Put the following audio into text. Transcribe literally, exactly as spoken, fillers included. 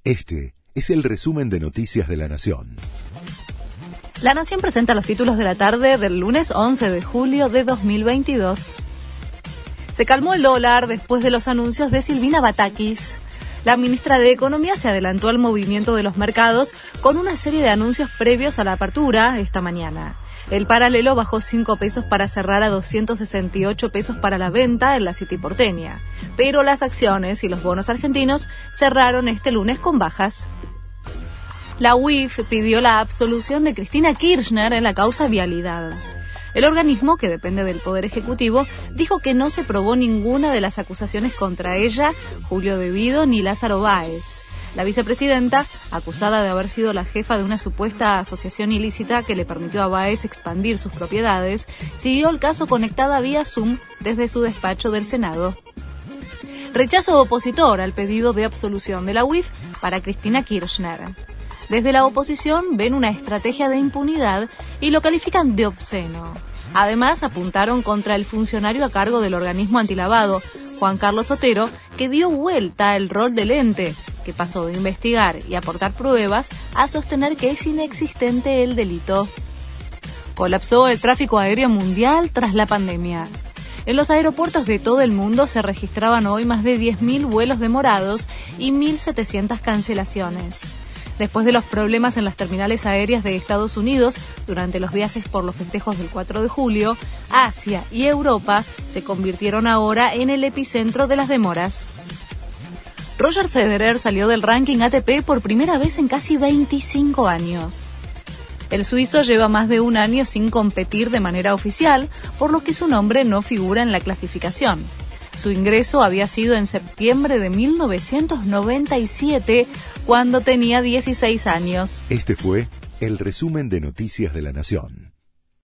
Este es el resumen de Noticias de la Nación. La Nación presenta los títulos de la tarde del lunes once de julio de dos mil veintidós. Se calmó el dólar después de los anuncios de Silvina Batakis. La ministra de Economía se adelantó al movimiento de los mercados con una serie de anuncios previos a la apertura esta mañana. El paralelo bajó cinco pesos para cerrar a doscientos sesenta y ocho pesos para la venta en la City porteña. Pero las acciones y los bonos argentinos cerraron este lunes con bajas. La U I F pidió la absolución de Cristina Kirchner en la causa Vialidad. El organismo, que depende del Poder Ejecutivo, dijo que no se probó ninguna de las acusaciones contra ella, Julio De Vido ni Lázaro Báez. La vicepresidenta, acusada de haber sido la jefa de una supuesta asociación ilícita que le permitió a Báez expandir sus propiedades, siguió el caso conectada vía Zoom desde su despacho del Senado. Rechazo opositor al pedido de absolución de la U I F para Cristina Kirchner. Desde la oposición ven una estrategia de impunidad y lo califican de obsceno. Además, apuntaron contra el funcionario a cargo del organismo antilavado, Juan Carlos Otero, que dio vuelta al rol del ente, que pasó de investigar y aportar pruebas a sostener que es inexistente el delito. Colapsó el tráfico aéreo mundial tras la pandemia. En los aeropuertos de todo el mundo se registraban hoy más de diez mil vuelos demorados y mil setecientas cancelaciones. Después de los problemas en las terminales aéreas de Estados Unidos durante los viajes por los festejos del cuatro de julio, Asia y Europa se convirtieron ahora en el epicentro de las demoras. Roger Federer salió del ranking A T P por primera vez en casi veinticinco años. El suizo lleva más de un año sin competir de manera oficial, por lo que su nombre no figura en la clasificación. Su ingreso había sido en septiembre de mil novecientos noventa y siete, cuando tenía dieciséis años. Este fue el resumen de Noticias de la Nación.